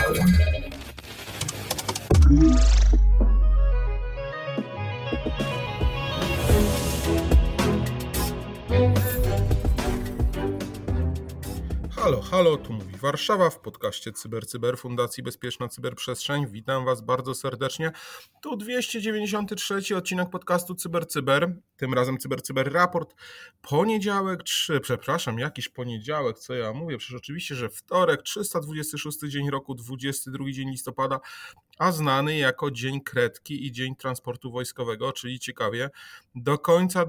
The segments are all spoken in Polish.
polsku. Halo, tu mówi Warszawa w podcaście Cyber Fundacji Bezpieczna Cyberprzestrzeń. Witam Was bardzo serdecznie. Tu 293 odcinek podcastu Cyber. Tym razem Cyber Raport. Jakiś poniedziałek, co ja mówię? Przecież oczywiście, że wtorek, 326 dzień roku, 22 dzień listopada, a znany jako Dzień Kredki i Dzień Transportu Wojskowego, czyli ciekawie, do końca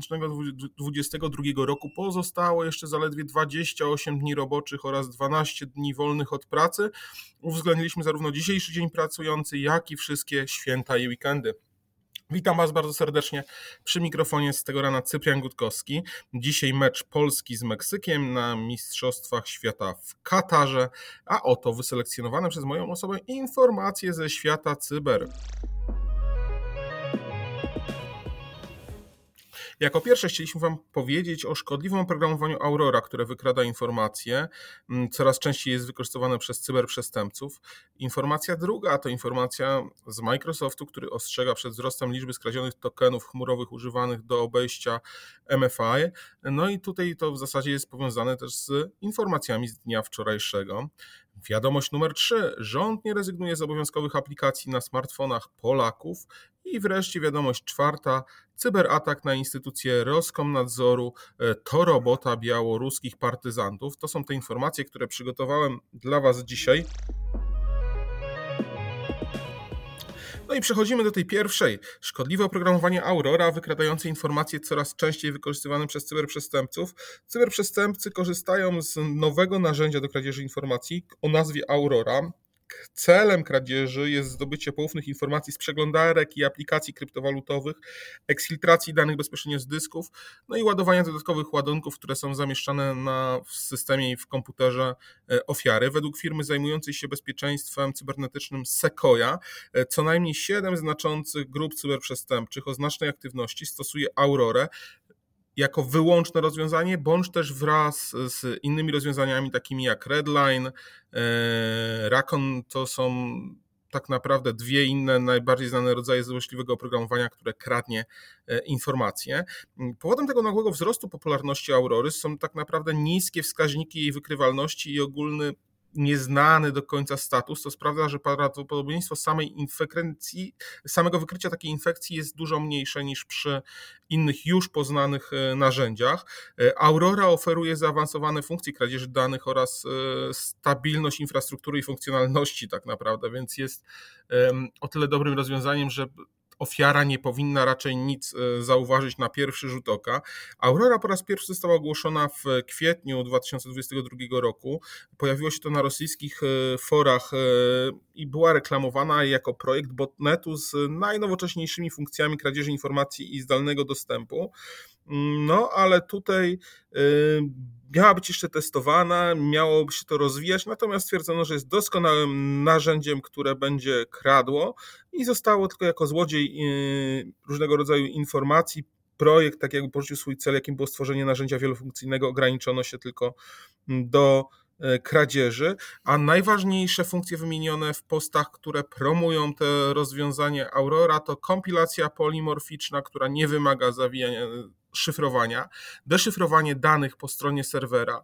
2022 roku pozostało jeszcze zaledwie 28 dni roboczych oraz 12 dni wolnych od pracy. Uwzględniliśmy zarówno dzisiejszy dzień pracujący, jak i wszystkie święta i weekendy. Witam Was bardzo serdecznie przy mikrofonie z tego rana Cyprian Gutkowski. Dzisiaj mecz Polski z Meksykiem na Mistrzostwach Świata w Katarze, a oto wyselekcjonowane przez moją osobę informacje ze świata cyber. Jako pierwsze chcieliśmy Wam powiedzieć o szkodliwym oprogramowaniu Aurora, które wykrada informacje. Coraz częściej jest wykorzystywane przez cyberprzestępców. Informacja druga to informacja z Microsoftu, który ostrzega przed wzrostem liczby skradzionych tokenów chmurowych używanych do obejścia MFI. No i tutaj to w zasadzie jest powiązane też z informacjami z dnia wczorajszego. Wiadomość numer 3. Rząd nie rezygnuje z obowiązkowych aplikacji na smartfonach Polaków. I wreszcie wiadomość 4. Cyberatak na instytucję Roskomnadzoru to robota białoruskich partyzantów. To są te informacje, które przygotowałem dla Was dzisiaj. No i przechodzimy do tej pierwszej. Szkodliwe oprogramowanie Aurora wykradające informacje coraz częściej wykorzystywane przez cyberprzestępców. Cyberprzestępcy korzystają z nowego narzędzia do kradzieży informacji o nazwie Aurora. Celem kradzieży jest zdobycie poufnych informacji z przeglądarek i aplikacji kryptowalutowych, eksfiltracji danych bezpośrednio z dysków, no i ładowania dodatkowych ładunków, które są zamieszczane w systemie i w komputerze ofiary. Według firmy zajmującej się bezpieczeństwem cybernetycznym Sequoia, co najmniej 7 znaczących grup cyberprzestępczych o znacznej aktywności stosuje Aurorę jako wyłączne rozwiązanie, bądź też wraz z innymi rozwiązaniami takimi jak Redline, Raccoon. To są tak naprawdę dwie inne najbardziej znane rodzaje złośliwego oprogramowania, które kradnie informacje. Powodem tego nagłego wzrostu popularności Aurory są tak naprawdę niskie wskaźniki jej wykrywalności i ogólny nieznany do końca status. To sprawia, że prawdopodobieństwo samego wykrycia takiej infekcji jest dużo mniejsze niż przy innych już poznanych narzędziach. Aurora oferuje zaawansowane funkcje kradzieży danych oraz stabilność infrastruktury i funkcjonalności tak naprawdę, więc jest o tyle dobrym rozwiązaniem, że ofiara nie powinna raczej nic zauważyć na pierwszy rzut oka. Aurora po raz pierwszy została ogłoszona w kwietniu 2022 roku. Pojawiło się to na rosyjskich forach i była reklamowana jako projekt botnetu z najnowocześniejszymi funkcjami kradzieży informacji i zdalnego dostępu. No, ale tutaj miała być jeszcze testowana, miałoby się to rozwijać, natomiast stwierdzono, że jest doskonałym narzędziem, które będzie kradło i zostało tylko jako złodziej różnego rodzaju informacji. Projekt, tak jakby porzucił swój cel, jakim było stworzenie narzędzia wielofunkcyjnego, ograniczono się tylko do kradzieży, a najważniejsze funkcje wymienione w postach, które promują te rozwiązanie Aurora, to kompilacja polimorficzna, która nie wymaga zawijania szyfrowania, deszyfrowanie danych po stronie serwera,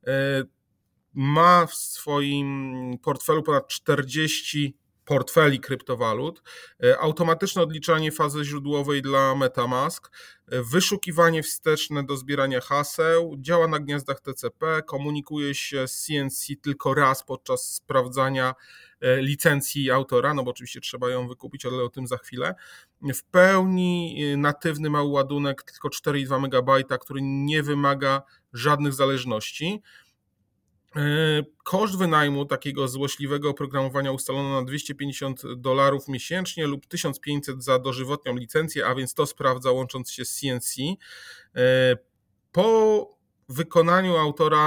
ma w swoim portfelu ponad 40 portfeli kryptowalut, automatyczne odliczanie fazy źródłowej dla MetaMask, wyszukiwanie wsteczne do zbierania haseł, działa na gniazdach TCP, komunikuje się z CNC tylko raz podczas sprawdzania licencji autora, no bo oczywiście trzeba ją wykupić, ale o tym za chwilę. W pełni natywny mały ładunek, tylko 4,2 MB, który nie wymaga żadnych zależności. Koszt wynajmu takiego złośliwego oprogramowania ustalono na $250 miesięcznie lub 1500 za dożywotnią licencję, a więc to sprawdza łącząc się z CNC. Po wykonaniu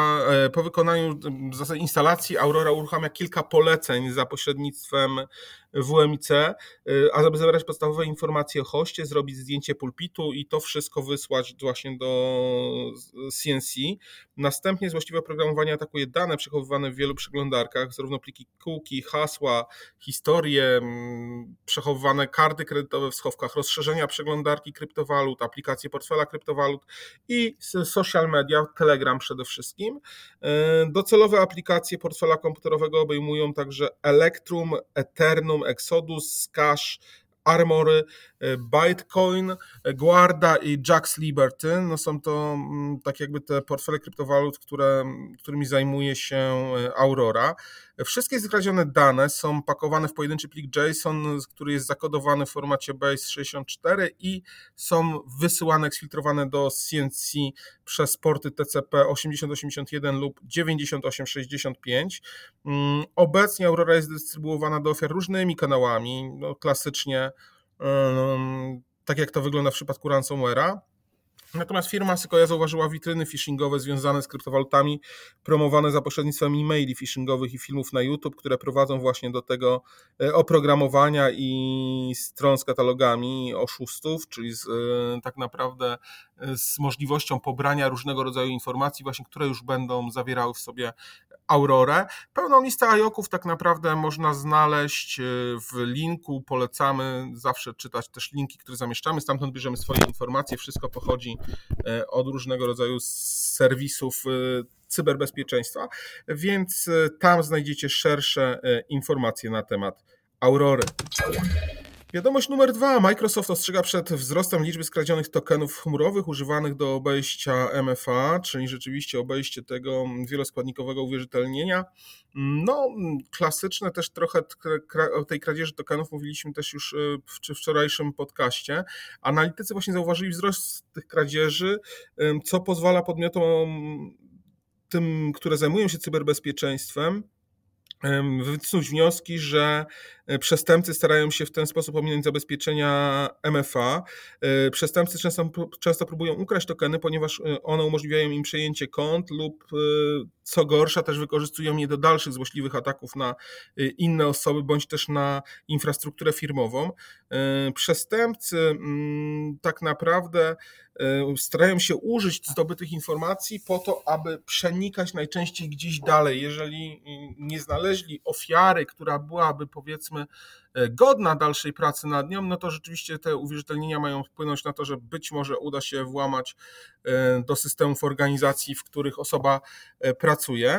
w zasadzie instalacji Aurora uruchamia kilka poleceń za pośrednictwem WMIC, aby zebrać podstawowe informacje o hoście, zrobić zdjęcie pulpitu i to wszystko wysłać właśnie do CNC. Następnie złośliwe oprogramowanie atakuje dane przechowywane w wielu przeglądarkach, zarówno pliki cookie, hasła, historie, przechowywane karty kredytowe w schowkach, rozszerzenia przeglądarki kryptowalut, aplikacje portfela kryptowalut i social media, Telegram przede wszystkim. Docelowe aplikacje portfela komputerowego obejmują także Electrum, Ethereum, Exodus, Cash, Armory, Bitcoin, Guarda i Jaxx Liberty. No są to tak jakby te portfele kryptowalut, którymi zajmuje się Aurora. Wszystkie skradzione dane są pakowane w pojedynczy plik JSON, który jest zakodowany w formacie base64 i są wysyłane, eksfiltrowane do CNC przez porty TCP 8081 lub 9865. Obecnie Aurora jest dystrybuowana do ofiar różnymi kanałami, no klasycznie, tak jak to wygląda w przypadku ransomware'a. Natomiast firma Sequoia zauważyła witryny phishingowe związane z kryptowalutami, promowane za pośrednictwem e-maili phishingowych i filmów na YouTube, które prowadzą właśnie do tego oprogramowania i stron z katalogami oszustów, czyli tak naprawdę z możliwością pobrania różnego rodzaju informacji, właśnie, które już będą zawierały w sobie Aurorę. Pełną listę IOC-ów tak naprawdę można znaleźć w linku, polecamy zawsze czytać też linki, które zamieszczamy, stamtąd bierzemy swoje informacje, wszystko pochodzi od różnego rodzaju serwisów cyberbezpieczeństwa, więc tam znajdziecie szersze informacje na temat Aurory. Wiadomość numer 2. Microsoft ostrzega przed wzrostem liczby skradzionych tokenów chmurowych używanych do obejścia MFA, czyli rzeczywiście obejście tego wieloskładnikowego uwierzytelnienia. No, klasyczne też trochę o tej kradzieży tokenów mówiliśmy też już w wczorajszym podcaście. Analitycy właśnie zauważyli wzrost tych kradzieży, co pozwala podmiotom tym, które zajmują się cyberbezpieczeństwem, wysunąć wnioski, że przestępcy starają się w ten sposób ominąć zabezpieczenia MFA. Przestępcy często próbują ukraść tokeny, ponieważ one umożliwiają im przejęcie kont lub co gorsza też wykorzystują je do dalszych złośliwych ataków na inne osoby bądź też na infrastrukturę firmową. Przestępcy tak naprawdę starają się użyć zdobytych informacji po to, aby przenikać najczęściej gdzieś dalej. Jeżeli nie znaleźli ofiary, która byłaby, powiedzmy, godna dalszej pracy nad nią, no to rzeczywiście te uwierzytelnienia mają wpłynąć na to, że być może uda się włamać do systemów organizacji, w których osoba pracuje.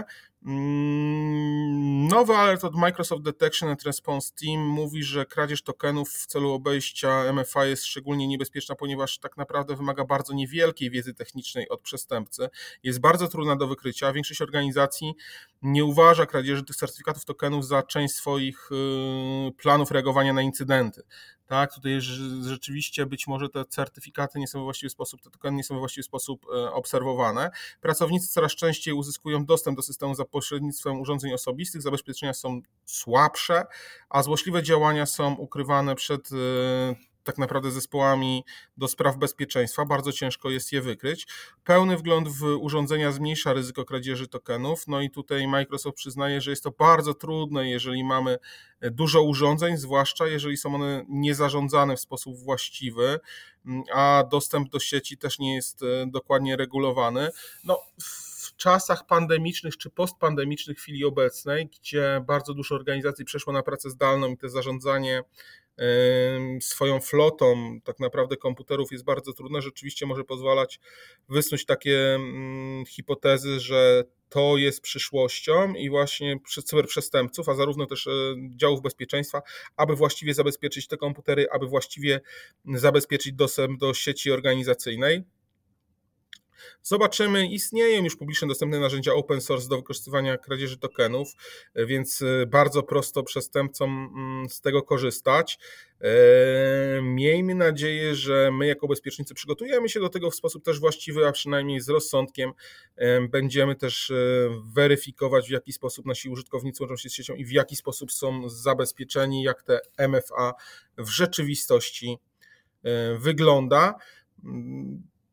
Nowy alert od Microsoft Detection and Response Team mówi, że kradzież tokenów w celu obejścia MFA jest szczególnie niebezpieczna, ponieważ tak naprawdę wymaga bardzo niewielkiej wiedzy technicznej od przestępcy. Jest bardzo trudna do wykrycia. Większość organizacji nie uważa kradzieży tych certyfikatów tokenów za część swoich planów reagowania na incydenty. Tak, tutaj rzeczywiście być może te certyfikaty nie są we właściwy sposób, te tokeny nie są we właściwy sposób obserwowane. Pracownicy coraz częściej uzyskują dostęp do systemu za pośrednictwem urządzeń osobistych, zabezpieczenia są słabsze, a złośliwe działania są ukrywane przed tak naprawdę zespołami do spraw bezpieczeństwa, bardzo ciężko jest je wykryć. Pełny wgląd w urządzenia zmniejsza ryzyko kradzieży tokenów, no i tutaj Microsoft przyznaje, że jest to bardzo trudne, jeżeli mamy dużo urządzeń, zwłaszcza jeżeli są one niezarządzane w sposób właściwy, a dostęp do sieci też nie jest dokładnie regulowany. No, w czasach pandemicznych czy postpandemicznych w chwili obecnej, gdzie bardzo dużo organizacji przeszło na pracę zdalną i to zarządzanie swoją flotą tak naprawdę komputerów jest bardzo trudne, rzeczywiście może pozwalać wysnuć takie hipotezy, że to jest przyszłością i właśnie cyberprzestępców, a zarówno też działów bezpieczeństwa, aby właściwie zabezpieczyć te komputery, aby właściwie zabezpieczyć dostęp do sieci organizacyjnej. Zobaczymy, istnieją już publicznie dostępne narzędzia open source do wykorzystywania kradzieży tokenów, więc bardzo prosto przestępcom z tego korzystać. Miejmy nadzieję, że my jako bezpiecznicy przygotujemy się do tego w sposób też właściwy, a przynajmniej z rozsądkiem będziemy też weryfikować, w jaki sposób nasi użytkownicy łączą się z siecią i w jaki sposób są zabezpieczeni, jak te MFA w rzeczywistości wygląda.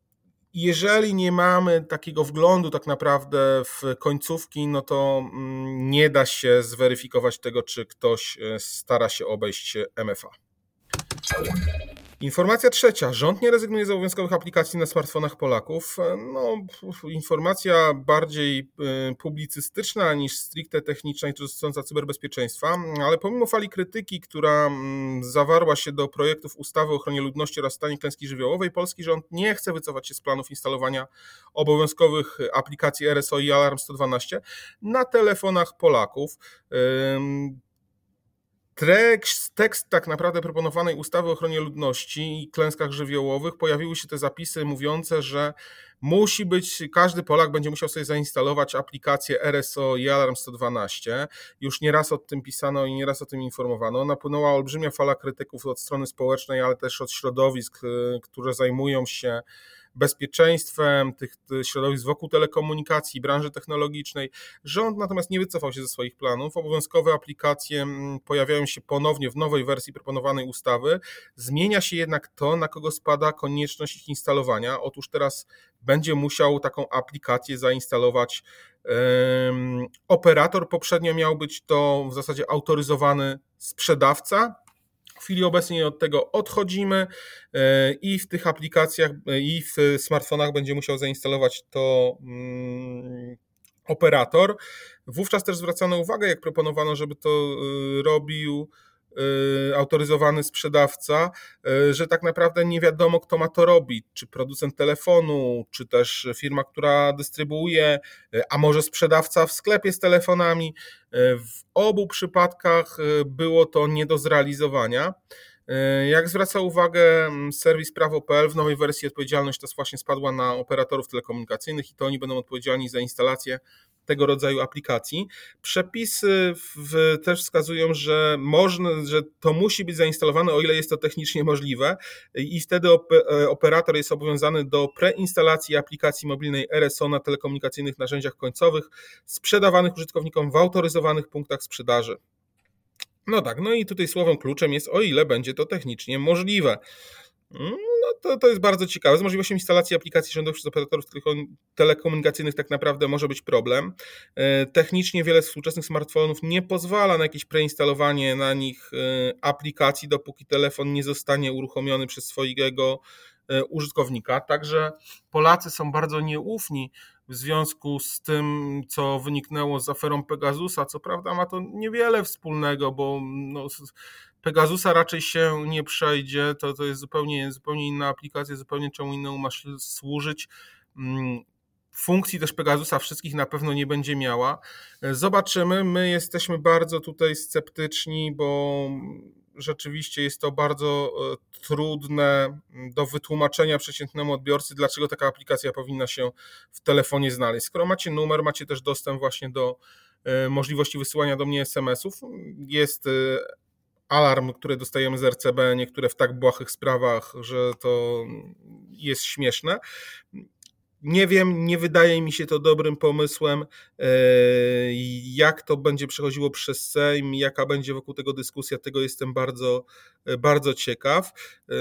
Jeżeli nie mamy takiego wglądu tak naprawdę w końcówki, no to nie da się zweryfikować tego, czy ktoś stara się obejść MFA. Informacja trzecia. Rząd nie rezygnuje z obowiązkowych aplikacji na smartfonach Polaków. No, informacja bardziej publicystyczna niż stricte techniczna i dotycząca cyberbezpieczeństwa, ale pomimo fali krytyki, która zawarła się do projektów ustawy o ochronie ludności oraz stanie klęski żywiołowej, polski rząd nie chce wycofać się z planów instalowania obowiązkowych aplikacji RSO i Alarm 112 na telefonach Polaków. Tekst tak naprawdę proponowanej ustawy o ochronie ludności i klęskach żywiołowych, pojawiły się te zapisy mówiące, że każdy Polak będzie musiał sobie zainstalować aplikację RSO i Alarm 112. Już nieraz o tym pisano i nieraz o tym informowano. Napłynęła olbrzymia fala krytyków od strony społecznej, ale też od środowisk, które zajmują się bezpieczeństwem tych środowisk wokół telekomunikacji, branży technologicznej. Rząd natomiast nie wycofał się ze swoich planów. Obowiązkowe aplikacje pojawiają się ponownie w nowej wersji proponowanej ustawy. Zmienia się jednak to, na kogo spada konieczność ich instalowania. Otóż teraz będzie musiał taką aplikację zainstalować operator. Poprzednio miał być to w zasadzie autoryzowany sprzedawca. W chwili obecnej od tego odchodzimy i w tych aplikacjach i w smartfonach będzie musiał zainstalować to operator. Wówczas też zwracano uwagę, jak proponowano, żeby to robił autoryzowany sprzedawca, że tak naprawdę nie wiadomo, kto ma to robić, czy producent telefonu, czy też firma, która dystrybuuje, a może sprzedawca w sklepie z telefonami. W obu przypadkach było to nie do zrealizowania. Jak zwraca uwagę serwis prawo.pl, w nowej wersji odpowiedzialność ta właśnie spadła na operatorów telekomunikacyjnych i to oni będą odpowiedzialni za instalację tego rodzaju aplikacji. Przepisy też wskazują, że to musi być zainstalowane, o ile jest to technicznie możliwe i wtedy operator jest obowiązany do preinstalacji aplikacji mobilnej RSO na telekomunikacyjnych narzędziach końcowych sprzedawanych użytkownikom w autoryzowanych punktach sprzedaży. No tak, no i tutaj słowem kluczem jest, o ile będzie to technicznie możliwe. No to jest bardzo ciekawe. Z możliwością instalacji aplikacji rządowych przez operatorów telekomunikacyjnych tak naprawdę może być problem. Technicznie wiele współczesnych smartfonów nie pozwala na jakieś preinstalowanie na nich aplikacji, dopóki telefon nie zostanie uruchomiony przez swojego użytkownika. Także Polacy są bardzo nieufni w związku z tym, co wyniknęło z aferą Pegasusa. Co prawda ma to niewiele wspólnego, bo Pegasusa raczej się nie przejdzie, to jest zupełnie inna aplikacja, zupełnie czemu innemu ma służyć. Funkcji też Pegasusa wszystkich na pewno nie będzie miała. Zobaczymy, my jesteśmy bardzo tutaj sceptyczni, bo rzeczywiście jest to bardzo trudne do wytłumaczenia przeciętnemu odbiorcy, dlaczego taka aplikacja powinna się w telefonie znaleźć. Skoro macie numer, macie też dostęp właśnie do możliwości wysyłania do mnie SMS-ów. Jest alarm, który dostajemy z RCB, niektóre w tak błahych sprawach, że to jest śmieszne. Nie wiem, nie wydaje mi się to dobrym pomysłem, jak to będzie przechodziło przez Sejm, jaka będzie wokół tego dyskusja, tego jestem bardzo, bardzo ciekaw.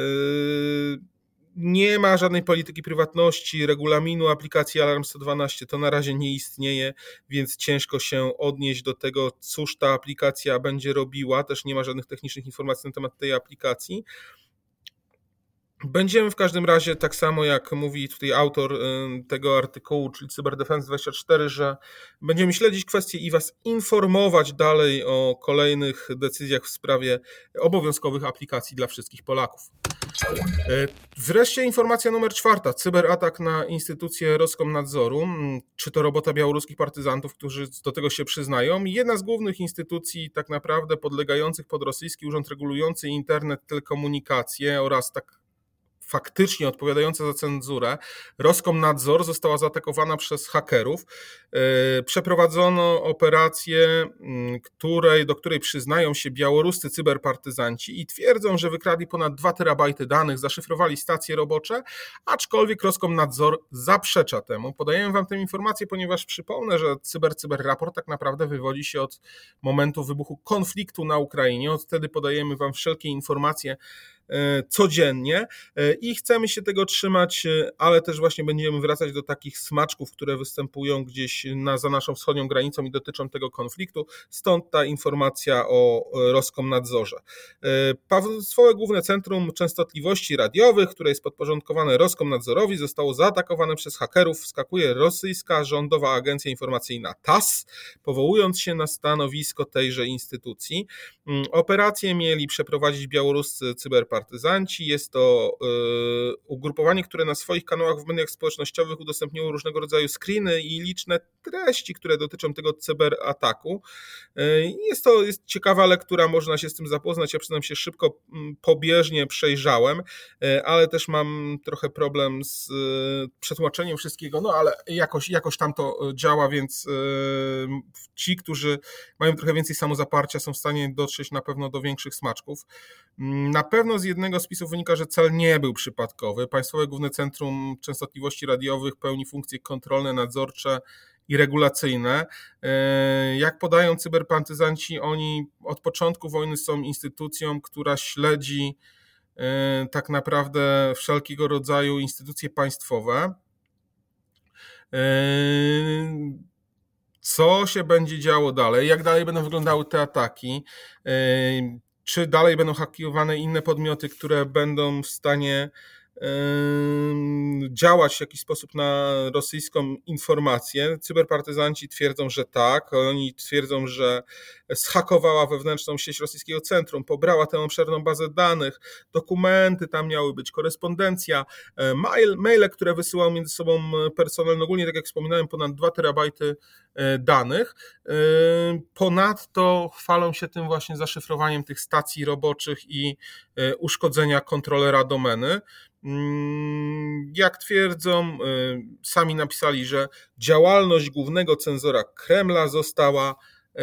Nie ma żadnej polityki prywatności, regulaminu aplikacji Alarm 112, to na razie nie istnieje, więc ciężko się odnieść do tego, cóż ta aplikacja będzie robiła, też nie ma żadnych technicznych informacji na temat tej aplikacji. Będziemy w każdym razie, tak samo jak mówi tutaj autor tego artykułu, czyli Cyberdefense24, że będziemy śledzić kwestię i Was informować dalej o kolejnych decyzjach w sprawie obowiązkowych aplikacji dla wszystkich Polaków. Wreszcie informacja numer 4. Cyberatak na instytucje Roskomnadzoru. Czy to robota białoruskich partyzantów, którzy do tego się przyznają? Jedna z głównych instytucji tak naprawdę podlegających pod rosyjski urząd regulujący internet, telekomunikacje oraz tak faktycznie odpowiadająca za cenzurę, Roskomnadzor, została zaatakowana przez hakerów. Przeprowadzono operację, do której przyznają się białoruscy cyberpartyzanci i twierdzą, że wykradli ponad 2 terabajty danych, zaszyfrowali stacje robocze, aczkolwiek Roskomnadzor zaprzecza temu. Podajemy Wam tę informację, ponieważ przypomnę, że Cyberraport tak naprawdę wywodzi się od momentu wybuchu konfliktu na Ukrainie. Od wtedy podajemy Wam wszelkie informacje codziennie i chcemy się tego trzymać, ale też właśnie będziemy wracać do takich smaczków, które występują gdzieś za naszą wschodnią granicą i dotyczą tego konfliktu, stąd ta informacja o Roskomnadzorze. Państwowe Główne Centrum Częstotliwości Radiowych, które jest podporządkowane Roskomnadzorowi, zostało zaatakowane przez hakerów, wskakuje rosyjska rządowa agencja informacyjna TASS, powołując się na stanowisko tejże instytucji. Operację mieli przeprowadzić białoruscy cyberpartyzanci. Jest to ugrupowanie, które na swoich kanałach w mediach społecznościowych udostępniło różnego rodzaju screeny i liczne treści, które dotyczą tego cyberataku. Jest ciekawa lektura, można się z tym zapoznać. Ja przyznam się, szybko, pobieżnie przejrzałem, ale też mam trochę problem z przetłumaczeniem wszystkiego, no ale jakoś tam to działa, więc ci, którzy mają trochę więcej samozaparcia, są w stanie dotrzeć na pewno do większych smaczków. Na pewno z jednego z spisów wynika, że cel nie był przypadkowy. Państwowe Główne Centrum Częstotliwości Radiowych pełni funkcje kontrolne, nadzorcze i regulacyjne. Jak podają cyberpartyzanci, oni od początku wojny są instytucją, która śledzi tak naprawdę wszelkiego rodzaju instytucje państwowe. Co się będzie działo dalej? Jak dalej będą wyglądały te ataki? Czy dalej będą hakowane inne podmioty, które będą w stanie działać w jakiś sposób na rosyjską informację? Cyberpartyzanci twierdzą, że tak. Oni twierdzą, że zhakowała wewnętrzną sieć rosyjskiego centrum, pobrała tę obszerną bazę danych, dokumenty tam miały być, korespondencja, maile, które wysyłał między sobą personel, ogólnie tak jak wspominałem, ponad 2 terabajty danych. Ponadto chwalą się tym właśnie zaszyfrowaniem tych stacji roboczych i uszkodzenia kontrolera domeny. Jak twierdzą, sami napisali, że działalność głównego cenzora Kremla została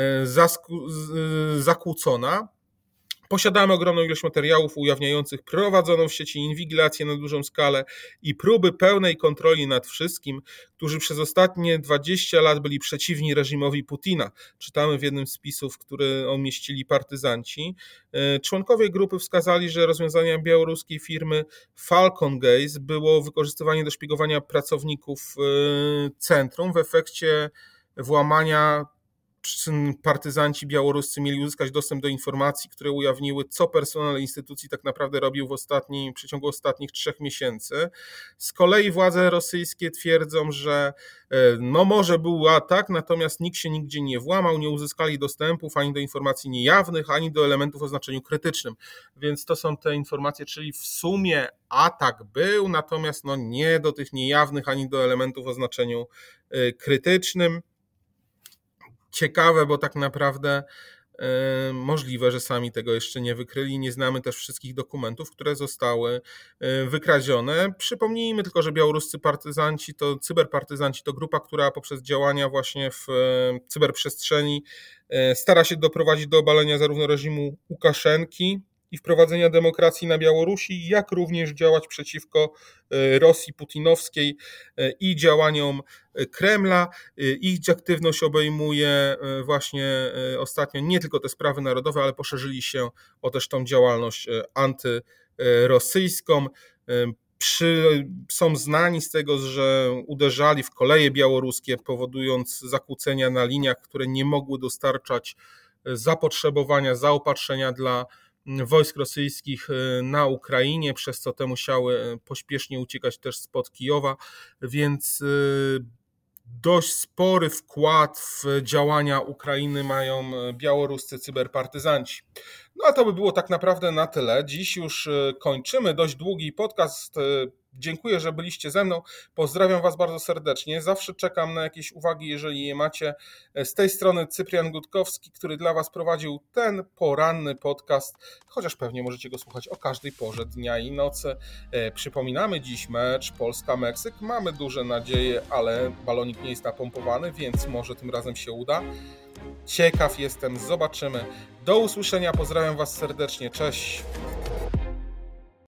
zakłócona. Posiadamy ogromną ilość materiałów ujawniających prowadzoną w sieci inwigilację na dużą skalę i próby pełnej kontroli nad wszystkim, którzy przez ostatnie 20 lat byli przeciwni reżimowi Putina. Czytamy w jednym z spisów, który umieścili partyzanci. Członkowie grupy wskazali, że rozwiązania białoruskiej firmy Falcon Gaze było wykorzystywanie do szpiegowania pracowników centrum. W efekcie włamania partyzanci białoruscy mieli uzyskać dostęp do informacji, które ujawniły, co personel instytucji tak naprawdę robił w przeciągu ostatnich 3 miesięcy. Z kolei władze rosyjskie twierdzą, że może był atak, natomiast nikt się nigdzie nie włamał, nie uzyskali dostępów ani do informacji niejawnych, ani do elementów o znaczeniu krytycznym. Więc to są te informacje, czyli w sumie atak był, natomiast nie do tych niejawnych, ani do elementów o znaczeniu krytycznym. Ciekawe, bo tak naprawdę możliwe, że sami tego jeszcze nie wykryli. Nie znamy też wszystkich dokumentów, które zostały wykradzione. Przypomnijmy tylko, że białoruscy cyberpartyzanci to grupa, która poprzez działania właśnie w cyberprzestrzeni stara się doprowadzić do obalenia zarówno reżimu Łukaszenki i wprowadzenia demokracji na Białorusi, jak również działać przeciwko Rosji putinowskiej i działaniom Kremla. Ich aktywność obejmuje właśnie ostatnio nie tylko te sprawy narodowe, ale poszerzyli się o też tą działalność antyrosyjską. Są znani z tego, że uderzali w koleje białoruskie, powodując zakłócenia na liniach, które nie mogły dostarczać zapotrzebowania, zaopatrzenia dla wojsk rosyjskich na Ukrainie, przez co te musiały pośpiesznie uciekać też spod Kijowa, więc dość spory wkład w działania Ukrainy mają białoruscy cyberpartyzanci. No a to by było tak naprawdę na tyle. Dziś już kończymy dość długi podcast. Dziękuję, że byliście ze mną. Pozdrawiam Was bardzo serdecznie. Zawsze czekam na jakieś uwagi, jeżeli je macie. Z tej strony Cyprian Gutkowski, który dla Was prowadził ten poranny podcast, chociaż pewnie możecie go słuchać o każdej porze dnia i nocy. Przypominamy dziś mecz Polska-Meksyk. Mamy duże nadzieje, ale balonik nie jest napompowany, więc może tym razem się uda. Ciekaw jestem, zobaczymy. Do usłyszenia, pozdrawiam Was serdecznie, cześć.